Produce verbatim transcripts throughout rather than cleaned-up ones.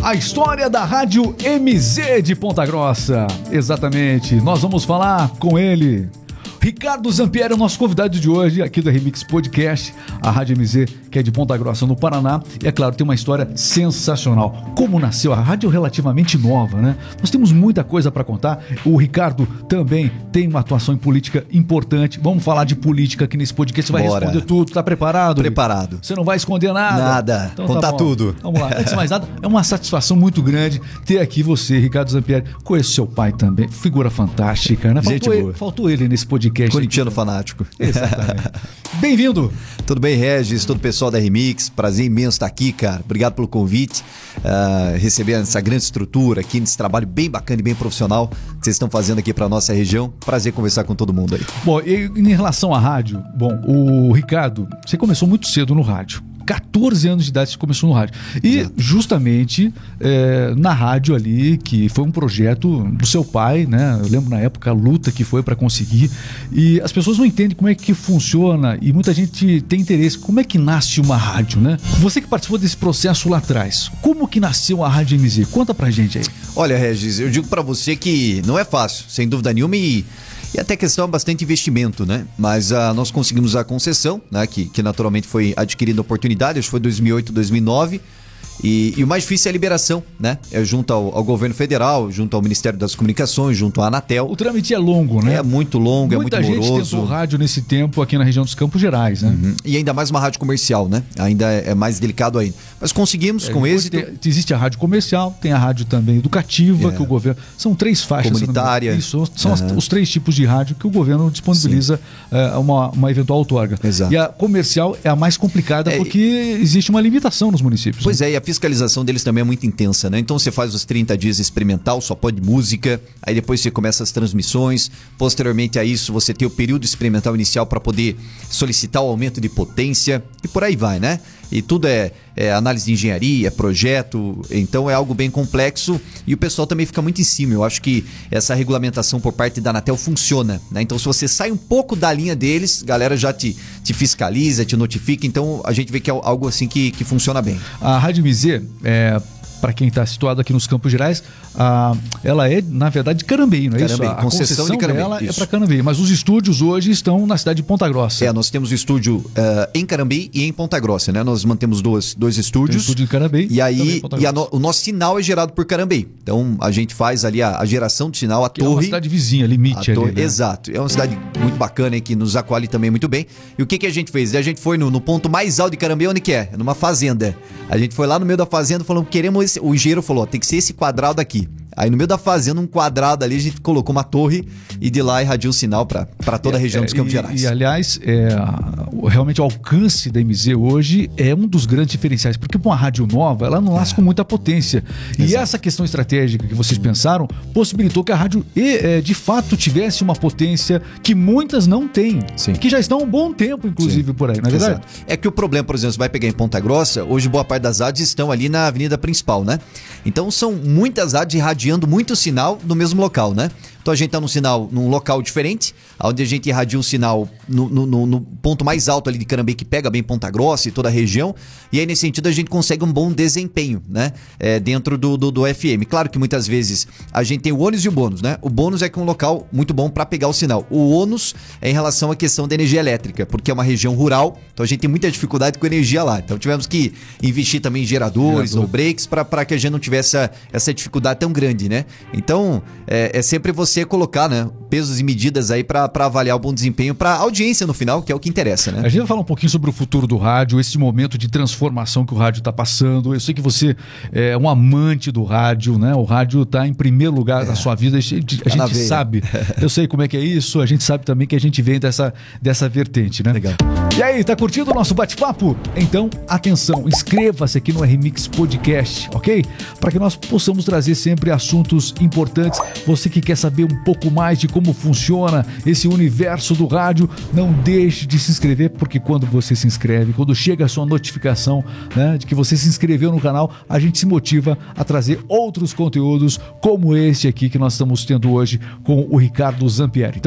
A história da Rádio M Z de Ponta Grossa. Exatamente, nós vamos falar com ele. Ricardo Zampieri é o nosso convidado de hoje aqui do Remix Podcast, a Rádio M Z, que é de Ponta Grossa, no Paraná. E é claro, tem uma história sensacional. Como nasceu? A rádio é relativamente nova, né? Nós temos muita coisa para contar. O Ricardo também tem uma atuação em política importante. Vamos falar de política aqui nesse podcast. Você vai Bora. responder tudo. Tá preparado? Preparado. Você não vai esconder nada? Nada. Então, Contar tá tudo. Vamos lá. Antes de mais nada, é uma satisfação muito grande ter aqui você, Ricardo Zampieri. Conheço seu pai também. Figura fantástica, né? Gente Faltou, boa. ele, faltou ele nesse podcast. Corintiano fanático. Exatamente. Bem-vindo. Tudo bem, Regis? Todo o pessoal da Remix. Prazer imenso estar aqui, cara. Obrigado pelo convite. Uh, receber essa grande estrutura aqui, nesse trabalho bem bacana e bem profissional que vocês estão fazendo aqui para nossa região. Prazer conversar com todo mundo aí. Bom, e em relação à rádio, bom, o Ricardo, você começou muito cedo no rádio. catorze anos de idade você começou no rádio. E Exato. justamente é, na rádio ali, que foi um projeto do seu pai, né? Eu lembro na época a luta que foi para conseguir. E as pessoas não entendem como é que funciona e muita gente tem interesse. Como é que nasce uma rádio, né? Você que participou desse processo lá atrás, como que nasceu a Rádio M Z? Conta pra gente aí. Olha, Regis, eu digo pra você que não é fácil, sem dúvida nenhuma, e... E até questão é bastante investimento, né? Mas uh, nós conseguimos a concessão, né? Que, que naturalmente foi adquirida a oportunidade, acho que foi dois mil e oito, dois mil e nove. E, e o mais difícil é a liberação, né? É junto ao, ao governo federal, junto ao Ministério das Comunicações, junto à Anatel. O trâmite é longo, né? É muito longo, Muita é muito moroso. Muita gente tentou rádio nesse tempo aqui na região dos Campos Gerais, né? Uhum. E ainda mais uma rádio comercial, né? Ainda é, é mais delicado ainda. Mas conseguimos, é, com êxito. Tem, existe a rádio comercial, tem a rádio também educativa, é. que o governo... São três faixas. Comunitária. Isso, são uhum. os três tipos de rádio que o governo disponibiliza uh, uma, uma eventual outorga. Exato. E a comercial é a mais complicada é, porque existe uma limitação nos municípios. Pois né? é, e a fiscalização deles também é muito intensa, né? Então você faz os trinta dias experimental, só pode música, aí depois você começa as transmissões, posteriormente a isso você tem o período experimental inicial para poder solicitar o aumento de potência e por aí vai, né? E tudo é, é análise de engenharia, projeto, então é algo bem complexo e o pessoal também fica muito em cima. Eu acho que essa regulamentação por parte da Anatel funciona, né? Então se você sai um pouco da linha deles, a galera já te, te fiscaliza, te notifica, então a gente vê que é algo assim que, que funciona bem. A Rádio M Z, é, para quem está situado aqui nos Campos Gerais, a, ela é, na verdade, de Carambeí, não é Carambeí, isso? A concessão concessão de Carambeí, dela isso. é para Carambeí, mas os estúdios hoje estão na cidade de Ponta Grossa. É, nós temos o estúdio uh, em Carambeí e em Ponta Grossa, né? Nós mantemos dois, dois estúdios. Tem o estúdio em Carambeí e aí e a no, o nosso sinal é gerado por Carambeí. Então a gente faz ali a, a geração de sinal, a que torre. É uma cidade vizinha, limite ali, torre, né? Exato. É uma cidade muito bacana hein, que nos acolhe também muito bem. E o que, que a gente fez? A gente foi no, no ponto mais alto de Carambeí, onde que é? Numa fazenda. A gente foi lá no meio da fazenda falando, queremos esse... O engenheiro falou, tem que ser esse quadrado aqui. Aí no meio da fazenda, um quadrado ali, a gente colocou uma torre e de lá irradia o sinal para toda a região é, dos Campos e, Gerais. E aliás, é, realmente o alcance da M Z hoje é um dos grandes diferenciais, porque uma rádio nova, ela não nasce é. com muita potência. Exato. E essa questão estratégica que vocês pensaram possibilitou que a rádio é, de fato tivesse uma potência que muitas não têm, Sim. que já estão há um bom tempo, inclusive, Sim. por aí, não é verdade? Exato. É que o problema, por exemplo, você vai pegar em Ponta Grossa, hoje boa parte das rádios estão ali na avenida principal, né? Então são muitas rádios irradiando muito sinal no mesmo local, né? Então a gente está num sinal, num local diferente, onde a gente irradia um sinal no, no, no ponto mais alto ali de Carambeí, que pega bem Ponta Grossa e toda a região, e aí nesse sentido a gente consegue um bom desempenho, né? É, dentro do, do, do F M. Claro que muitas vezes a gente tem o ônus e o bônus, né? O bônus é que é um local muito bom para pegar o sinal. O ônus é em relação à questão da energia elétrica, porque é uma região rural, então a gente tem muita dificuldade com energia lá. Então tivemos que investir também em geradores Gerador. ou breaks para que a gente não tivesse essa, essa dificuldade tão grande, né? Então é, é sempre você colocar, né, pesos e medidas aí para avaliar o bom desempenho para a audiência no final, que é o que interessa, né? A gente vai falar um pouquinho sobre o futuro do rádio, esse momento de transformação que o rádio está passando. Eu sei que você é um amante do rádio, né? O rádio está em primeiro lugar é. na sua vida. A gente, a gente sabe, eu sei como é que é isso, a gente sabe também que a gente vem dessa, dessa vertente, né? Legal. E aí, tá curtindo o nosso bate-papo? Então, atenção, inscreva-se aqui no Remix Podcast, ok? Para que nós possamos trazer sempre assuntos importantes. Você que quer saber um pouco mais de como funciona esse universo do rádio, não deixe de se inscrever, porque quando você se inscreve, quando chega a sua notificação, né, de que você se inscreveu no canal, a gente se motiva a trazer outros conteúdos como esse aqui que nós estamos tendo hoje com o Ricardo Zampieri. Então,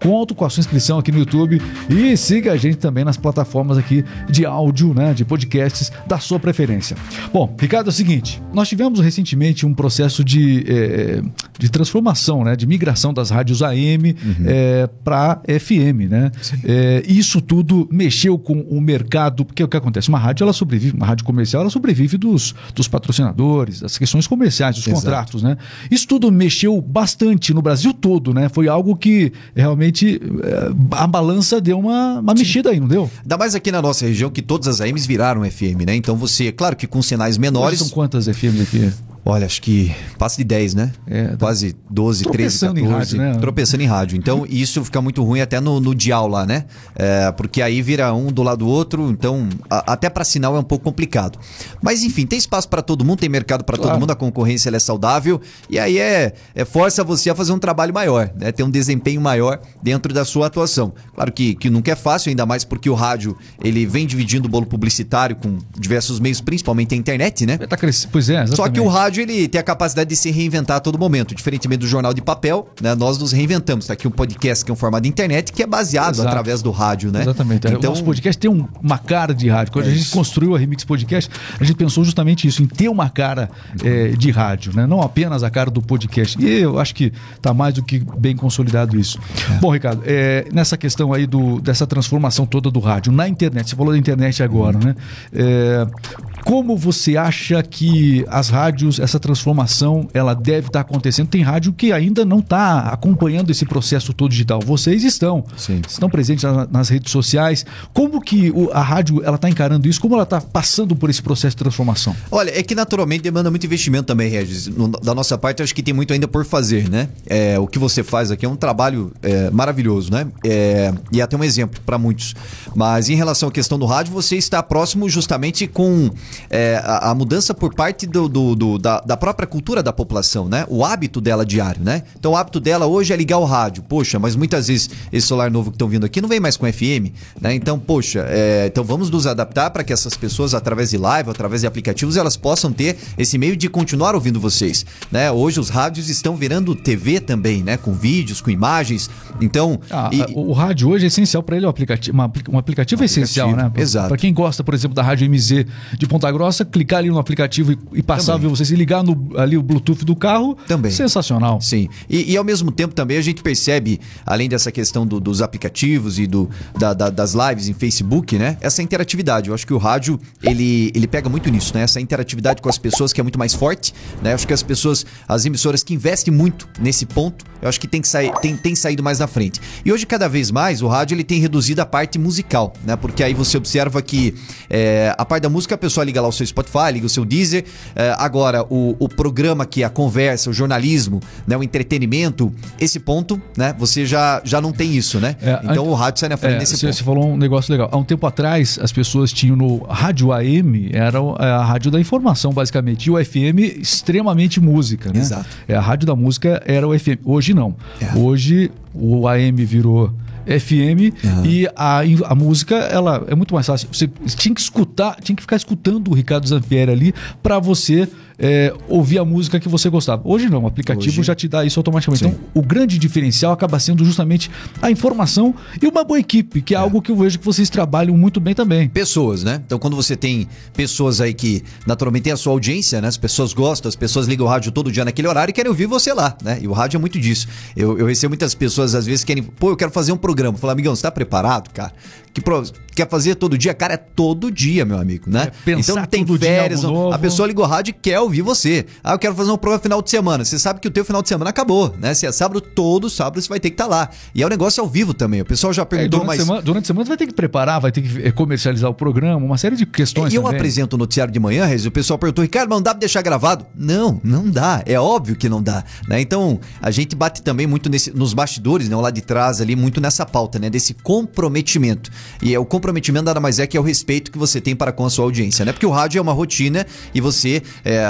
Conto com a sua inscrição aqui no YouTube e siga a gente também nas plataformas aqui de áudio, né, de podcasts da sua preferência. Bom, Ricardo, é o seguinte, nós tivemos recentemente um processo de, é, de transformação, né, de migração das rádios A M uhum. é, para F M, né? É, isso tudo mexeu com o mercado, porque o que acontece? Uma rádio, ela sobrevive, uma rádio comercial, ela sobrevive dos, dos patrocinadores, das questões comerciais, dos Exato. Contratos, né? Isso tudo mexeu bastante no Brasil todo, né? Foi algo que realmente é, a balança deu uma, uma mexida aí, não deu? Ainda mais aqui na nossa região que todas as A Ms viraram F M, né? Então você, claro que com sinais menores... Hoje são quantas F Ms aqui? Olha, acho que passa de dez, né? É, tá... Quase doze, treze, catorze. Em rádio, né? Tropeçando em rádio. Então, isso fica muito ruim até no, no dial lá, né? É, porque aí vira um do lado do outro, então a, até para sinal é um pouco complicado. Mas, enfim, tem espaço para todo mundo, tem mercado para claro. Todo mundo, a concorrência ela é saudável e aí é, é força você a fazer um trabalho maior, né? Ter um desempenho maior dentro da sua atuação. Claro que, que nunca é fácil, ainda mais porque o rádio, ele vem dividindo o bolo publicitário com diversos meios, principalmente a internet, né? Tá crescendo. Pois é, exatamente. Só que o rádio ele tem a capacidade de se reinventar a todo momento. Diferentemente do jornal de papel, né, nós nos reinventamos. Tá aqui um podcast que é um formato de internet que é baseado Exato. Através do rádio, né? Exatamente. Então, o nosso podcast tem um, uma cara de rádio. Quando é a gente isso. construiu a Remix Podcast, a gente pensou justamente isso, em ter uma cara é, de rádio, né? Não apenas a cara do podcast. E eu acho que está mais do que bem consolidado isso. É. Bom, Ricardo, é, nessa questão aí do, dessa transformação toda do rádio na internet, você falou da internet agora, né? É, como você acha que as rádios, essa transformação, ela deve estar acontecendo? Tem rádio que ainda não está acompanhando esse processo todo digital. Vocês estão. Sim. Estão presentes na, nas redes sociais. Como que o, a rádio ela está encarando isso? Como ela está passando por esse processo de transformação? Olha, é que naturalmente demanda muito investimento também, Regis. No, da nossa parte, eu acho que tem muito ainda por fazer, né? É, o que você faz aqui é um trabalho é, maravilhoso, né? É, e até um exemplo para muitos. Mas em relação à questão do rádio, você está próximo justamente com... É, a, a mudança por parte do, do, do, da, da própria cultura da população, né? O hábito dela diário, né? Então o hábito dela hoje é ligar o rádio. Poxa, mas muitas vezes esse celular novo que estão vindo aqui não vem mais com F M, né? Então, poxa, é, então vamos nos adaptar para que essas pessoas, através de live, através de aplicativos, elas possam ter esse meio de continuar ouvindo vocês, né? Hoje os rádios estão virando T V também, né? Com vídeos, com imagens. Então... Ah, e, o rádio hoje é essencial para ele, o aplicativo, uma, um aplicativo, um aplicativo é essencial, né? Exato. Para quem gosta, por exemplo, da Rádio M Z de Ponta Grossa, clicar ali no aplicativo e, e passar também. A ver vocês e ligar no, ali o Bluetooth do carro, também. Sensacional. Sim. E, e ao mesmo tempo também a gente percebe, além dessa questão do, dos aplicativos e do, da, da, das lives em Facebook, né? Essa interatividade. Eu acho que o rádio, ele, ele pega muito nisso, né? Essa interatividade com as pessoas que é muito mais forte, né? Eu acho que as pessoas, as emissoras que investem muito nesse ponto, eu acho que tem, que sair, tem, tem saído mais na frente. E hoje, cada vez mais, o rádio ele tem reduzido a parte musical, né? Porque aí você observa que é, a parte da música, a pessoa liga lá o seu Spotify, liga o seu Deezer. É, agora, o, o programa que é a conversa, o jornalismo, né? O entretenimento, esse ponto, né? Você já, já não tem isso, né? É, então, a, o rádio sai na frente é, desse você, ponto. Você falou um negócio legal. Há um tempo atrás, as pessoas tinham no rádio A M, era a rádio da informação, basicamente, e o F M, extremamente música, né? Exato. É, a rádio da música era o F M. Hoje não. É. Hoje o A M virou F M uhum. e a, a música ela é muito mais fácil. Você tinha que escutar, tinha que ficar escutando o Ricardo Zampieri ali para você é, ouvir a música que você gostava. Hoje não, o aplicativo Hoje... já te dá isso automaticamente. Sim. Então, o grande diferencial acaba sendo justamente a informação e uma boa equipe, que é, é algo que eu vejo que vocês trabalham muito bem também. Pessoas, né? Então, quando você tem pessoas aí que naturalmente tem a sua audiência, né? As pessoas gostam, as pessoas ligam o rádio todo dia naquele horário e querem ouvir você lá, né? E o rádio é muito disso. Eu, eu recebo muitas pessoas, às vezes, querem... Pô, eu quero fazer um programa. Falar, amigão, você tá preparado, cara? Que pro... Quer fazer todo dia? Cara, é todo dia, meu amigo, né? É, então não tem férias, não... a pessoa liga o rádio e quer ouvir você. Ah, eu quero fazer um programa final de semana. Você sabe que o teu final de semana acabou, né? Se é sábado, todo sábado você vai ter que estar tá lá. E é um negócio ao vivo também. O pessoal já perguntou, é, durante mas... Semana, durante a semana você vai ter que preparar, vai ter que comercializar o programa, uma série de questões E eu também. apresento o noticiário de manhã, Regis, o pessoal perguntou, Ricardo, mas não dá pra deixar gravado? Não, não dá. É óbvio que não dá, né? Então, a gente bate também muito nesse, nos bastidores, né? Lá de trás ali, muito nessa pauta, né? Desse comprometimento. E é, o comprometimento nada mais é que é o respeito que você tem para com a sua audiência, né? Porque o rádio é uma rotina e você, é,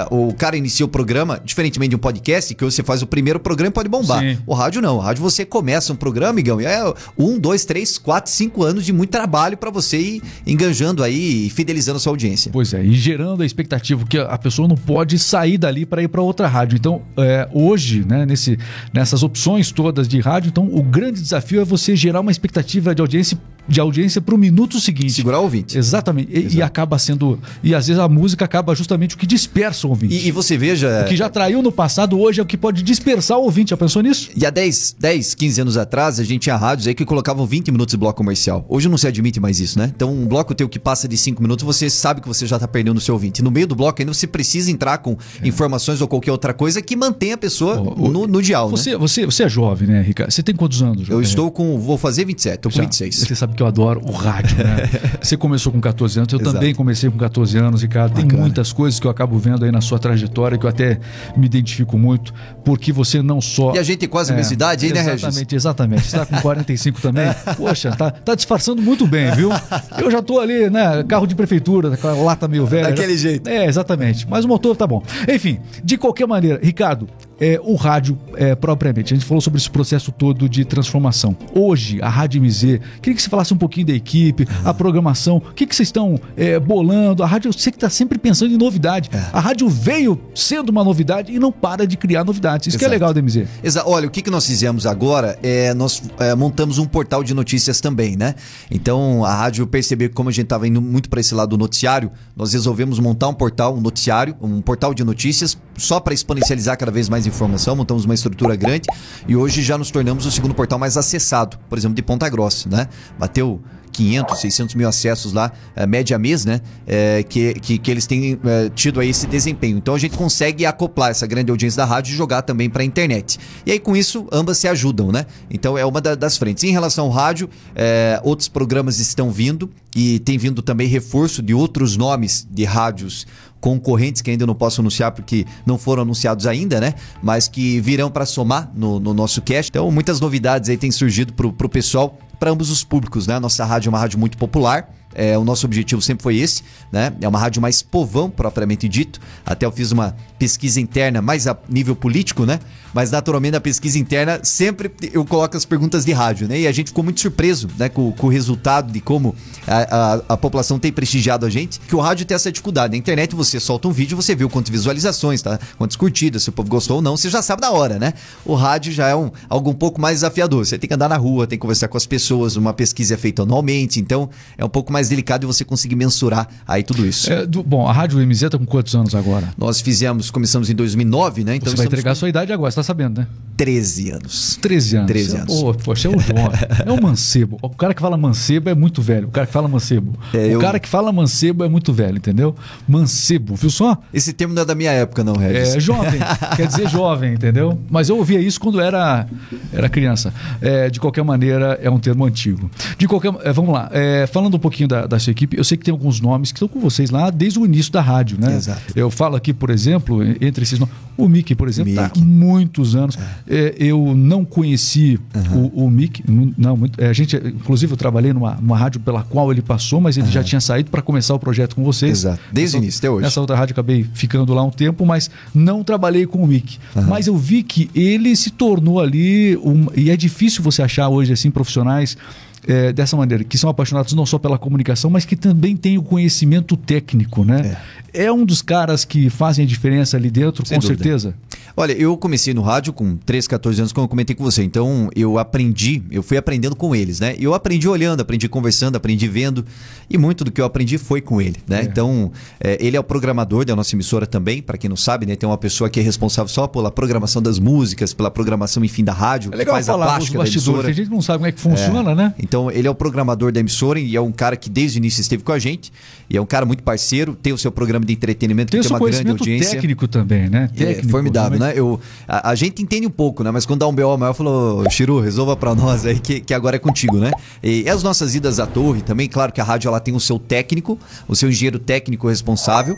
é, o cara inicia o programa, diferentemente de um podcast, que você faz o primeiro programa e pode bombar. Sim. O rádio não. O rádio você começa um programa, Igão, e é um, dois, três, quatro, cinco anos de muito trabalho para você ir enganjando aí e fidelizando a sua audiência. Pois é, e gerando a expectativa que a pessoa não pode sair dali para ir para outra rádio. Então, é, hoje, né, nesse, nessas opções todas de rádio, então o grande desafio é você gerar uma expectativa de audiência de audiência para o minuto seguinte. Segurar o ouvinte. Exatamente. E, e acaba sendo... E às vezes a música acaba justamente o que dispersa o ouvinte. E, e você veja... O que já traiu no passado, hoje é o que pode dispersar o ouvinte. Já pensou nisso? E há dez, dez, quinze anos atrás, a gente tinha rádios aí que colocavam vinte minutos de bloco comercial. Hoje não se admite mais isso, né? Então um bloco teu que passa de cinco minutos, você sabe que você já está perdendo o seu ouvinte. No meio do bloco ainda você precisa entrar com é. informações ou qualquer outra coisa que mantenha a pessoa o, o, no, no dial, você, né? Você, você é jovem, né, Ricardo? Você tem quantos anos? Eu estou com... Vou fazer vinte e sete, estou com já, vinte e seis. Você sabe que eu adoro o rádio. Né? Você começou com catorze anos, eu Exato. também comecei com catorze anos, Ricardo. Tem Bacana. muitas coisas que eu acabo vendo aí na sua trajetória que eu até me identifico muito, porque você não só... E a gente tem quase a é, mesma idade, hein, né, Regis? Exatamente, exatamente. Você está com quarenta e cinco também? Poxa, tá, tá disfarçando muito bem, viu? Eu já tô ali, né, carro de prefeitura, com a lata meio velha. Daquele jeito. É, exatamente. Mas o motor tá bom. Enfim, de qualquer maneira, Ricardo, é, o rádio é, propriamente, a gente falou sobre esse processo todo de transformação. Hoje, a Rádio M Z, queria que você falasse um pouquinho da equipe, uhum. a programação, o que, que vocês estão é, bolando. A rádio, eu sei que está sempre pensando em novidade. É. A rádio veio sendo uma novidade e não para de criar novidades. Isso Exato. que é legal da M Z. Exato. Olha, o que, que nós fizemos agora é, nós é, montamos um portal de notícias também, né? Então, a rádio percebeu que como a gente estava indo muito para esse lado do noticiário, nós resolvemos montar um portal, um noticiário, um portal de notícias, só para exponencializar cada vez mais informação, montamos uma estrutura grande e hoje já nos tornamos o segundo portal mais acessado, por exemplo, de Ponta Grossa, né? Bateu quinhentos, seiscentos mil acessos lá, é, média mês, né? É, que, que, que eles têm é, tido aí esse desempenho. Então a gente consegue acoplar essa grande audiência da rádio e jogar também para a internet. E aí com isso, ambas se ajudam, né? Então é uma da, das frentes. Em relação ao rádio, é, outros programas estão vindo e tem vindo também reforço de outros nomes de rádios concorrentes que ainda não posso anunciar porque não foram anunciados ainda, né? Mas que virão para somar no, no nosso cast. Então muitas novidades aí têm surgido pro, pro pessoal, para ambos os públicos, né? A nossa rádio é uma rádio muito popular. É, o nosso objetivo sempre foi esse, né? É uma rádio mais povão, propriamente dito. Até eu fiz uma pesquisa interna mais a nível político, né? Mas naturalmente a pesquisa interna sempre eu coloco as perguntas de rádio, né? E a gente ficou muito surpreso, né? Com, com o resultado de como a, a, a população tem prestigiado a gente, que o rádio tem essa dificuldade. Na internet você solta um vídeo, você vê quantas visualizações, tá? Quantas curtidas, se o povo gostou ou não, você já sabe na hora, né? O rádio já é um, algo um pouco mais desafiador. Você tem que andar na rua, tem que conversar com as pessoas, uma pesquisa é feita anualmente, então é um pouco mais delicado de você conseguir mensurar aí tudo isso. É, do, bom, a Rádio M Z está com quantos anos agora? Nós fizemos, começamos em dois mil e nove, né? Então você vai entregar a sua idade agora, você tá sabendo, né? treze anos. treze anos. treze anos. Oh, poxa, é um jovem. É um mancebo. O cara que fala mancebo é muito velho. O cara que fala mancebo. É, o eu... cara que fala mancebo é muito velho, entendeu? Mancebo, viu só? Esse termo não é da minha época, não, Regis. É jovem. Quer dizer jovem, entendeu? Mas eu ouvia isso quando era, era criança. É, de qualquer maneira, é um termo antigo. De qualquer é, vamos lá. É, falando um pouquinho da, da sua equipe, eu sei que tem alguns nomes que estão com vocês lá desde o início da rádio, né? Exato. Eu falo aqui, por exemplo, entre esses nomes, o Mickey, por exemplo, está há muitos anos. É. É, eu não conheci uhum. o, o Mickey, não, muito, é, a gente, inclusive eu trabalhei numa, numa rádio pela qual ele passou, mas ele uhum. já tinha saído para começar o projeto com vocês. Exato, desde o início, até hoje. Nessa outra rádio acabei ficando lá um tempo, mas não trabalhei com o Mickey. Uhum. Mas eu vi que ele se tornou ali, um, e é difícil você achar hoje assim profissionais É, dessa maneira, que são apaixonados não só pela comunicação, mas que também têm o conhecimento técnico, né? É, é um dos caras que fazem a diferença ali dentro, Sem com dúvida. certeza. Olha, eu comecei no rádio com treze, catorze anos, como eu comentei com você. Então, eu aprendi, eu fui aprendendo com eles, né? Eu aprendi olhando, aprendi conversando, aprendi vendo. E muito do que eu aprendi foi com ele, né? É. Então, é, ele é o programador da nossa emissora também, para quem não sabe, né? Tem uma pessoa que é responsável só pela programação das músicas, pela programação, enfim, da rádio. É legal faz falar a plástica dos bastidores, tem gente que não sabe como é que funciona, é. né? Então, ele é o programador da emissora e é um cara que desde o início esteve com a gente. E é um cara muito parceiro, tem o seu programa de entretenimento, tem que tem uma grande audiência. Técnico também, né? Técnico, é formidável, também. né? Eu, a, a gente entende um pouco, né? Mas quando dá um B O maior, falou, Chiru, resolva pra nós aí que, que agora é contigo, né? E, e as nossas idas à torre também, claro que a rádio ela tem o seu técnico, o seu engenheiro técnico responsável.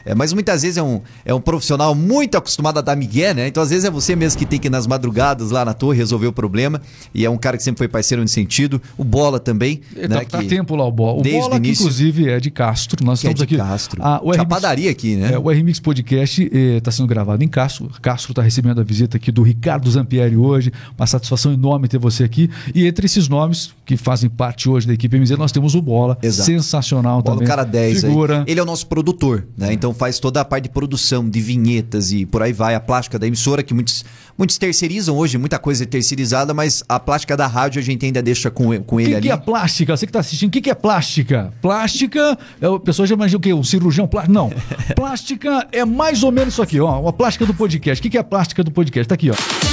É, mas muitas vezes é um, é um profissional muito acostumado a dar migué, né? Então às vezes é você mesmo que tem que ir nas madrugadas lá na torre resolver o problema. E é um cara que sempre foi parceiro nesse sentido. O Bola também. É, né? tá, tá que, tempo lá o Bola. O desde Bola, o que, início, inclusive, é de Castro. Nós que estamos é de aqui. Castro. A, o Tinha R-Mix, padaria aqui, né? É, o R-Mix Podcast está sendo gravado em Castro. Castro está recebendo a visita aqui do Ricardo Zampieri hoje. Uma satisfação enorme ter você aqui. E entre esses nomes que fazem parte hoje da equipe M Z, nós temos o Bola. Exato. Sensacional Bola, também. o cara dez Figura. aí. Ele é o nosso produtor, né? Então faz toda a parte de produção, de vinhetas e por aí vai. A plástica da emissora, que muitos, muitos terceirizam hoje, muita coisa é terceirizada, mas a plástica da rádio a gente ainda deixa com, com ele O que, ali. que é plástica? Você que está assistindo, o que, que é plástica? Plástica, é, o pessoal já imagina o quê? Um cirurgião plástico? Não. Plástica é mais ou menos isso aqui, ó. Uma plástica do podcast. O que, que é a plástica do podcast? Tá aqui, ó.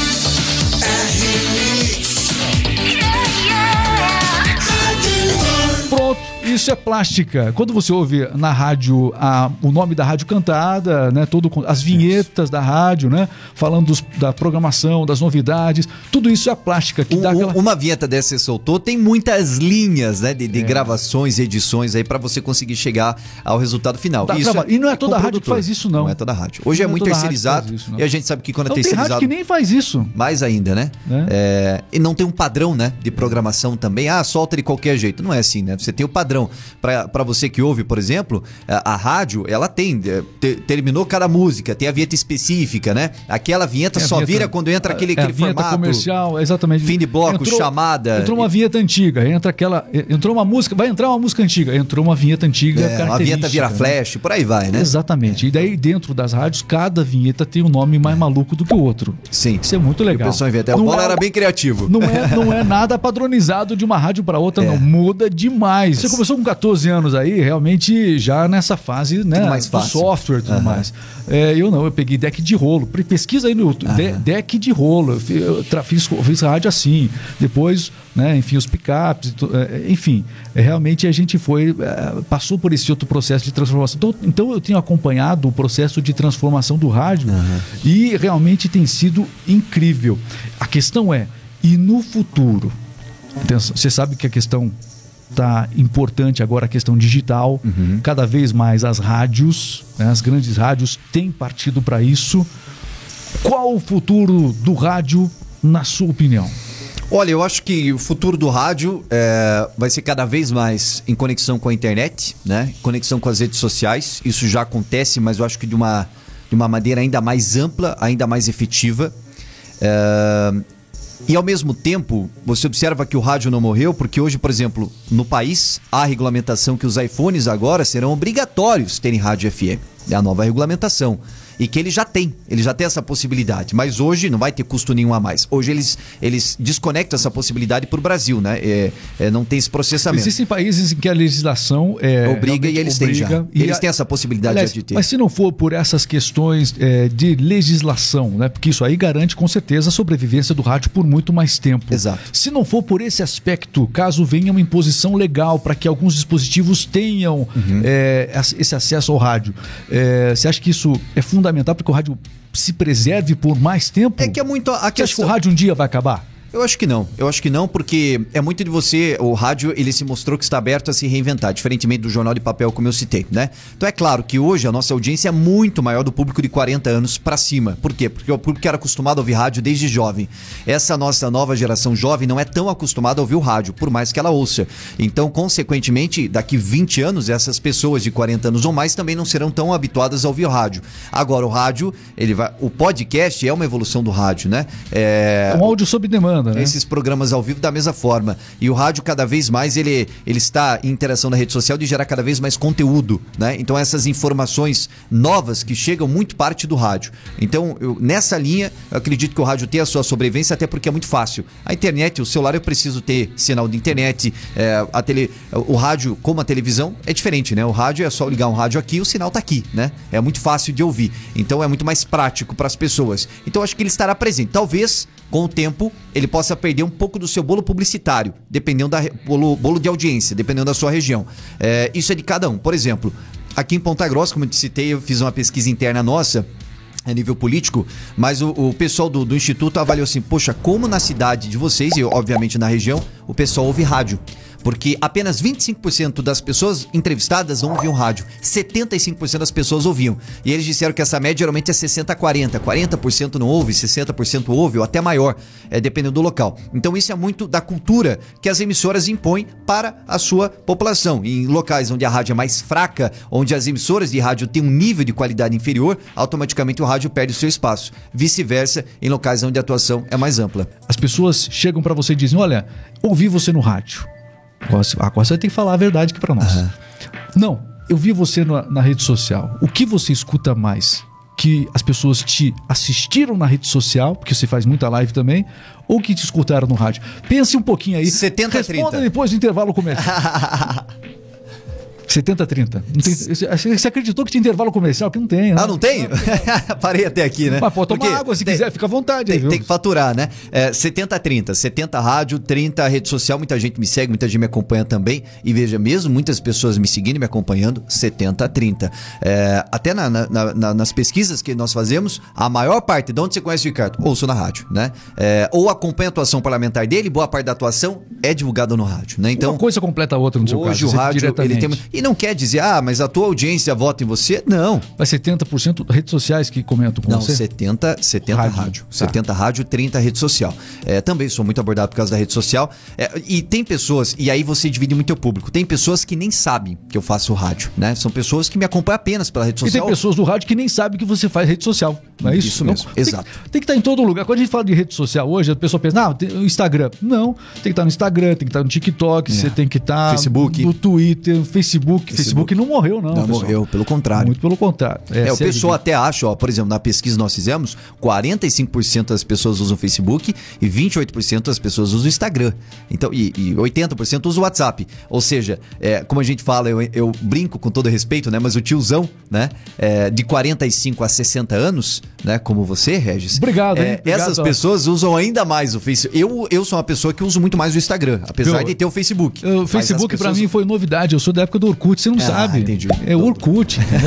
Pronto, isso é plástica. Quando você ouve na rádio a, o nome da rádio cantada, né, todo, as vinhetas da rádio, né, falando dos, da programação, das novidades, tudo isso é a plástica. Que Um, dá aquela... Uma vinheta dessa que você soltou tem muitas linhas, né, de, de É. gravações, edições aí para você conseguir chegar ao resultado final. Dá Isso trabalho. E não é com toda o rádio que produtor. faz isso, não. Não é toda rádio. Hoje Não é é muito toda rádio que terceirizado faz isso, não. e a gente sabe que quando Não, é tem rádio terceirizado... que nem faz isso. Mais ainda, né? Né? É, e não tem um padrão, né? De programação também. Ah, solta de qualquer jeito. Não é assim, né? Você tem o padrão. Para você que ouve, por exemplo, a, a rádio, ela tem. É, te, terminou cada música, tem a vinheta específica, né? Aquela vinheta É a só vinheta- vira quando entra aquele, é a aquele vinheta formato. comercial, exatamente. Fim de bloco, chamada. Entrou uma vinheta antiga, entra aquela. Entrou uma música, vai entrar uma música antiga, entrou uma vinheta antiga. É, a vinheta característica, vira né? flash, por aí vai, né? Exatamente. E daí, dentro das rádios, cada vinheta tem um nome mais maluco do que o outro. Sim. Isso é muito legal. O pessoal inventa. O Não Bola é- era bem criativo. Não é, não é nada padronizado de uma rádio para outra, É. não. Muda demais. Você começou com catorze anos aí, realmente já nessa fase, né? Tudo mais do fácil. software e tudo Aham. mais. É, eu não, eu peguei deck de rolo. Pre- Pesquisa aí no YouTube. De- deck de rolo. Eu fi- Eu tra- fiz, fiz rádio assim. Depois, né, enfim, os picapes, e tu- é, enfim. É, realmente a gente foi, é, passou por esse outro processo de transformação. Então, então eu tenho acompanhado o processo de transformação do rádio e realmente tem sido incrível. A questão é, e no futuro? Atenção, você sabe que a questão está importante agora, a questão digital. Cada vez mais as rádios, né, as grandes rádios têm partido para isso. Qual o futuro do rádio, na sua opinião? Olha, eu acho que o futuro do rádio é, vai ser cada vez mais em conexão com a internet, né? Conexão com as redes sociais. Isso já acontece, mas eu acho que de uma, de uma maneira ainda mais ampla, ainda mais efetiva. É, e ao mesmo tempo, você observa que o rádio não morreu, porque hoje, por exemplo, no país, há a regulamentação que os iPhones agora serão obrigatórios terem rádio F M. É a nova regulamentação. E que ele já tem, ele já tem essa possibilidade. Mas hoje não vai ter custo nenhum a mais. Hoje eles, eles desconectam essa possibilidade para o Brasil, né? É, é, não tem esse processamento. Existem países em que a legislação é, Obriga e realmente eles têm já. obriga. E E eles a- têm essa possibilidade Aliás, de ter. mas se não for por essas questões é, de legislação, né? Porque isso aí garante com certeza a sobrevivência do rádio por muito mais tempo. Exato. Se não for por esse aspecto, caso venha uma imposição legal para que alguns dispositivos tenham Uhum. é, esse acesso ao rádio, é, você acha que isso é fundamental para que o rádio se preserve por mais tempo? É que é muito a Você acha que o questão... rádio um dia vai acabar? Eu acho que não, eu acho que não, porque é muito de você, o rádio, ele se mostrou que está aberto a se reinventar, diferentemente do jornal de papel, como eu citei, né? Então é claro que hoje a nossa audiência é muito maior do público de quarenta anos para cima. Por quê? Porque o público era acostumado a ouvir rádio desde jovem. Essa nossa nova geração jovem não é tão acostumada a ouvir o rádio, por mais que ela ouça. Então, consequentemente, daqui vinte anos, essas pessoas de quarenta anos ou mais também não serão tão habituadas a ouvir o rádio. Agora, o rádio, ele vai, o podcast é uma evolução do rádio, né? É, Um áudio sob demanda, né? esses programas ao vivo da mesma forma. E o rádio cada vez mais ele, ele está em interação na rede social de gerar cada vez mais conteúdo, né? Então essas informações novas que chegam muito parte do rádio. Então eu, nessa linha eu acredito que o rádio tem a sua sobrevivência, até porque é muito fácil. A internet, o celular, eu preciso ter sinal de internet, é, a tele, o rádio como a televisão é diferente, né? O rádio é só ligar um rádio aqui e o sinal tá aqui, né? É muito fácil de ouvir. Então é muito mais prático para as pessoas. Então acho que ele estará presente. Talvez com o tempo, ele possa perder um pouco do seu bolo publicitário, dependendo da bolo, bolo de audiência, dependendo da sua região. É, isso é de cada um. Por exemplo, aqui em Ponta Grossa, como eu te citei, eu fiz uma pesquisa interna nossa, a nível político, mas o, o pessoal do, do Instituto avaliou assim, poxa, como na cidade de vocês, e obviamente na região, o pessoal ouve rádio. Porque apenas vinte e cinco por cento das pessoas entrevistadas não ouviam rádio. setenta e cinco por cento das pessoas ouviam. E eles disseram que essa média geralmente é sessenta a quarenta. quarenta por cento não ouve, sessenta por cento ouve, ou até maior, é, dependendo do local. Então isso é muito da cultura que as emissoras impõem para a sua população. Em locais onde a rádio é mais fraca, onde as emissoras de rádio têm um nível de qualidade inferior, automaticamente o rádio perde o seu espaço. Vice-versa, em locais onde a atuação é mais ampla. As pessoas chegam para você e dizem, olha, ouvi você no rádio. Agora você tem que falar a verdade aqui para nós. Uhum. Não, eu vi você na, na rede social. O que você escuta mais? Que as pessoas te assistiram na rede social, porque você faz muita live também, ou que te escutaram no rádio? Pense um pouquinho aí. setenta a trinta. Responda depois do intervalo comercial. setenta a trinta. Não tem, você acreditou que tinha intervalo comercial? Que não tem, né? Ah, não tem? Parei até aqui, né? Mas pode tomar Porque água se tem, quiser, fica à vontade. Tem, aí, tem que faturar, né? É, setenta a trinta. setenta rádio, trinta rede social. Muita gente me segue, muita gente me acompanha também. E veja, mesmo muitas pessoas me seguindo e me acompanhando, setenta a trinta. É, até na, na, na, nas pesquisas que nós fazemos, a maior parte, de onde você conhece o Ricardo? Ouço na rádio, né? É, ou acompanha a atuação parlamentar dele, boa parte da atuação é divulgada no rádio, né? Então, uma coisa completa a outra no seu caso. Hoje o rádio, ele tem... E não quer dizer, ah, mas a tua audiência vota em você? Não. Mas setenta por cento redes sociais que comentam com não, você? Não, setenta, setenta rádio. rádio. Tá. setenta rádio, trinta rede social. É, também sou muito abordado por causa da rede social. É, e tem pessoas, e aí você divide muito o público, tem pessoas que nem sabem que eu faço rádio, né? São pessoas que me acompanham apenas pela rede social. E tem pessoas do rádio que nem sabem que você faz rede social, não é isso? Isso mesmo, não, exato. Tem, tem que estar em todo lugar. Quando a gente fala de rede social hoje, a pessoa pensa, não, tem o Instagram. Não, tem que estar no Instagram, tem que estar no TikTok, é. Você tem que estar Facebook. no Twitter, no Facebook. Facebook. Facebook não morreu, não. Não pessoal. morreu, pelo contrário. Muito pelo contrário. É, é o pessoal até acha, ó, por exemplo, na pesquisa que nós fizemos, quarenta e cinco por cento das pessoas usam o Facebook e vinte e oito por cento das pessoas usam o Instagram. Então, e, e oitenta por cento usam o WhatsApp. Ou seja, é, como a gente fala, eu, eu brinco com todo respeito, né? Mas o tiozão, né? É, de quarenta e cinco a sessenta anos, né? Como você, Regis. Obrigado, é, hein? Obrigado, essas ó. pessoas usam ainda mais o Facebook. Eu, eu sou uma pessoa que uso muito mais o Instagram, apesar eu, de ter o Facebook. O Facebook pessoas... pra mim foi novidade. Eu sou da época do Orkut, você não ah, sabe. Entendi. É Orkut, entendeu?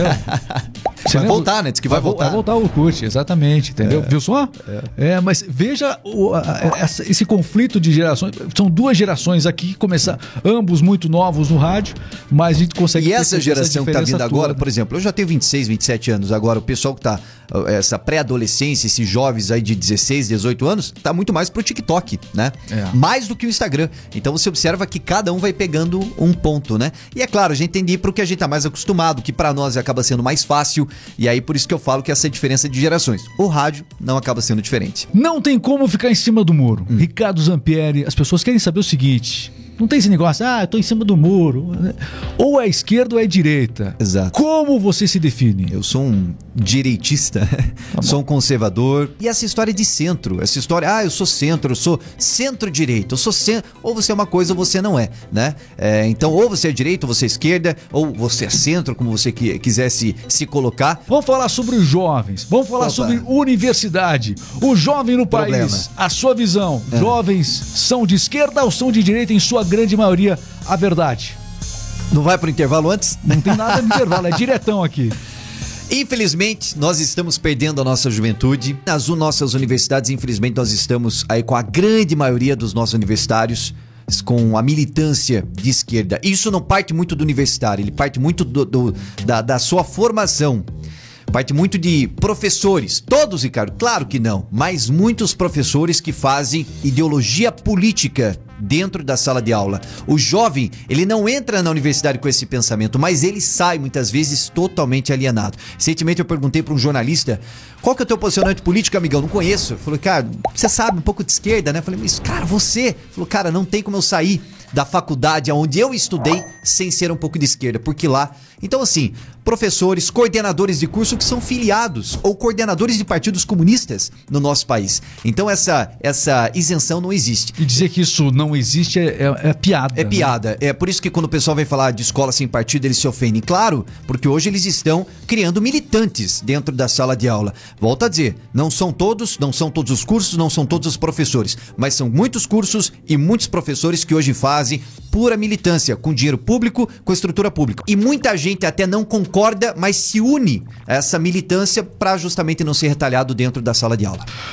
Você vai voltar, né? Diz que vai, vai voltar. Vai voltar o Orkut, exatamente, entendeu? É, Viu só? É. é, mas veja o, a, a, esse conflito de gerações. São duas gerações aqui que começaram, ambos muito novos no rádio, mas a gente consegue... E essa geração essa que tá vindo toda. agora, por exemplo, eu já tenho vinte e seis, vinte e sete anos, agora o pessoal que tá, essa pré-adolescência, esses jovens aí de dezesseis, dezoito anos, tá muito mais pro TikTok, né? É. Mais do que o Instagram. Então você observa que cada um vai pegando um ponto, né? E é claro, a gente tem de ir pro que a gente tá mais acostumado, que pra nós acaba sendo mais fácil, e aí por isso que eu falo que essa diferença de gerações. O rádio não acaba sendo diferente. Não tem como ficar em cima do muro. Hum. Ricardo Zampieri, as pessoas querem saber o seguinte... Não tem esse negócio, ah, eu tô em cima do muro. Ou é esquerda ou é direita. Exato. Como você se define? Eu sou um direitista, tá sou um conservador. E essa história de centro, essa história, ah, eu sou centro, eu sou centro-direita, eu sou centro. Ou você é uma coisa ou você não é, né? É, então, ou você é direita, ou você é esquerda, ou você é centro, como você quiser se, se colocar. Vamos falar sobre os jovens, vamos falar Opa. sobre universidade. O jovem no Problema. país, a sua visão. É. Jovens são de esquerda ou são de direita em sua grande maioria, a verdade? Não vai pro intervalo antes? Não tem nada de intervalo, é diretão aqui. Infelizmente, nós estamos perdendo a nossa juventude. Nas nossas universidades, infelizmente, nós estamos aí com a grande maioria dos nossos universitários com a militância de esquerda. Isso não parte muito do universitário, ele parte muito do, do, da, da sua formação. Parte muito de professores. Todos, Ricardo? Claro que não. Mas muitos professores que fazem ideologia política dentro da sala de aula. O jovem, ele não entra na universidade com esse pensamento, mas ele sai muitas vezes totalmente alienado. Recentemente eu perguntei para um jornalista, qual que é o teu posicionamento político, amigão? Não conheço. Ele falou, cara, você sabe um pouco de esquerda, né? Eu falei, mas cara, você? Ele falou, cara, não tem como eu sair da faculdade onde eu estudei sem ser um pouco de esquerda, porque lá... Então assim, professores, coordenadores de curso que são filiados ou coordenadores de partidos comunistas no nosso país. Então essa, essa isenção não existe. E dizer que isso não existe é, é, é piada. É piada. Né? É por isso que quando o pessoal vem falar de escola sem partido, eles se ofendem. Claro, porque hoje eles estão criando militantes dentro da sala de aula. Volto a dizer, não são todos, não são todos os cursos, não são todos os professores, mas são muitos cursos e muitos professores que hoje fazem pura militância, com dinheiro público, com estrutura pública. E muita gente até não concorda, mas se une a essa militância para justamente não ser retalhado dentro da sala de aula.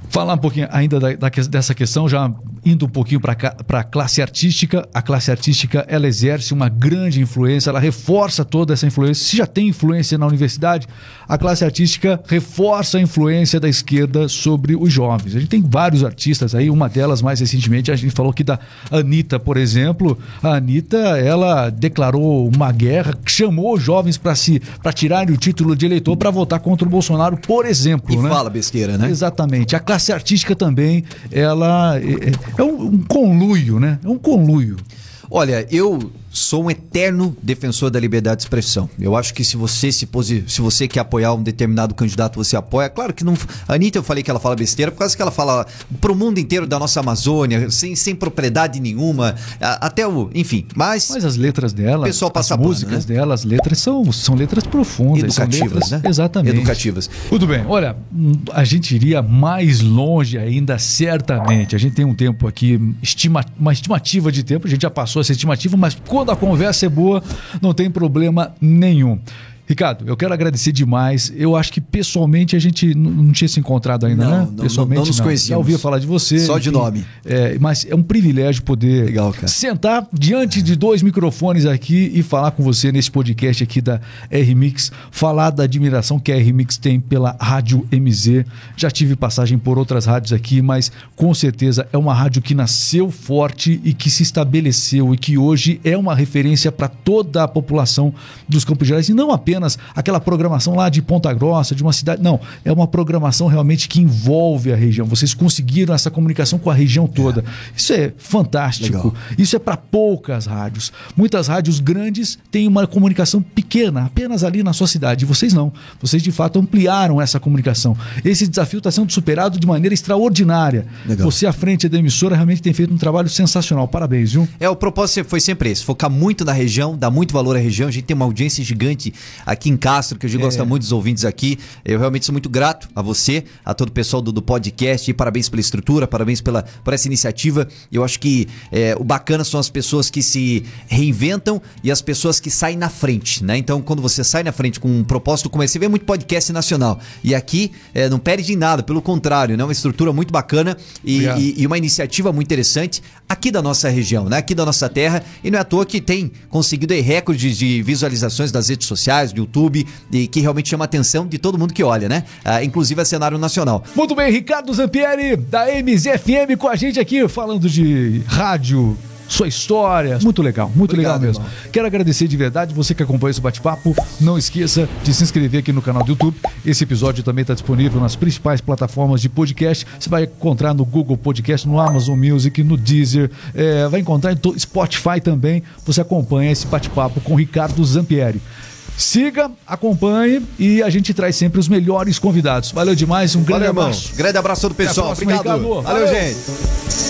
Falar um pouquinho ainda da, da, dessa questão, já indo um pouquinho para a classe artística. A classe artística, ela exerce uma grande influência, ela reforça toda essa influência. Se já tem influência na universidade, a classe artística reforça a influência da esquerda sobre os jovens. A gente tem vários artistas aí, uma delas mais recentemente, a gente falou aqui da Anitta, por exemplo. A Anitta, ela declarou uma guerra, chamou os jovens para se, para tirarem o título de eleitor para votar contra o Bolsonaro, por exemplo. E né? fala besteira, né? Exatamente. A classe artística também, ela é, é um, um conluio, né? É um conluio. Olha, eu sou um eterno defensor da liberdade de expressão. Eu acho que se você se posi... se você quer apoiar um determinado candidato, você apoia. Claro que não. A Anitta, eu falei que ela fala besteira por causa que ela fala pro mundo inteiro da nossa Amazônia, sem, sem propriedade nenhuma, até o. Enfim, mas. Mas as letras dela, o pessoal passa as pano, músicas né? dela, as letras são, são letras profundas. Educativas, letras, né? Exatamente. Educativas. Tudo bem. Olha, a gente iria mais longe ainda, certamente. A gente tem um tempo aqui, estima... uma estimativa de tempo, a gente já passou essa estimativa, mas quando a conversa é boa, não tem problema nenhum. Ricardo, eu quero agradecer demais. Eu acho que pessoalmente a gente não, não tinha se encontrado ainda, não, né? Não, pessoalmente não, não nos não. conhecíamos. Já ouvia falar de você. Só enfim, de nome. É, mas é um privilégio poder Legal, cara. sentar diante de dois microfones aqui e falar com você nesse podcast aqui da R-Mix, falar da admiração que a R-Mix tem pela Rádio M Z. Já tive passagem por outras rádios aqui, mas com certeza é uma rádio que nasceu forte e que se estabeleceu e que hoje é uma referência para toda a população dos Campos Gerais, e não apenas aquela programação lá de Ponta Grossa, de uma cidade. Não, é uma programação realmente que envolve a região. Vocês conseguiram essa comunicação com a região toda. É. Isso é fantástico. Legal. Isso é para poucas rádios. Muitas rádios grandes têm uma comunicação pequena, apenas ali na sua cidade. E vocês não. Vocês, de fato, ampliaram essa comunicação. Esse desafio está sendo superado de maneira extraordinária. Legal. Você, à frente da emissora, realmente tem feito um trabalho sensacional. Parabéns, viu? É, o propósito foi sempre esse. Focar muito na região, dar muito valor à região. A gente tem uma audiência gigante aqui em Castro, que a gente é. gosta muito dos ouvintes aqui. Eu realmente sou muito grato a você, a todo o pessoal do, do podcast, e parabéns pela estrutura, parabéns pela, por essa iniciativa. Eu acho que é, o bacana são as pessoas que se reinventam e as pessoas que saem na frente, né? Então, quando você sai na frente com um propósito como esse, você vê muito podcast nacional. E aqui é, não perde em nada, pelo contrário, né? Uma estrutura muito bacana e, e, e uma iniciativa muito interessante aqui da nossa região, né? Aqui da nossa terra. E não é à toa que tem conseguido aí recordes de visualizações das redes sociais, do YouTube, e que realmente chama a atenção de todo mundo que olha, né? Ah, inclusive a cenário nacional. Muito bem, Ricardo Zampieri, da M Z F M, com a gente aqui, falando de rádio, sua história. Muito legal, muito Obrigado, legal mesmo. Irmão. Quero agradecer de verdade você que acompanha esse bate-papo. Não esqueça de se inscrever aqui no canal do YouTube. Esse episódio também está disponível nas principais plataformas de podcast. Você vai encontrar no Google Podcast, no Amazon Music, no Deezer. É, vai encontrar no Spotify também. Você acompanha esse bate-papo com Ricardo Zampieri. Siga, acompanhe e a gente traz sempre os melhores convidados. Valeu demais, um grande Valeu, abraço. Irmão. Grande abraço do pessoal. Próxima, Obrigado. Ricardo. Valeu, Valeu, gente.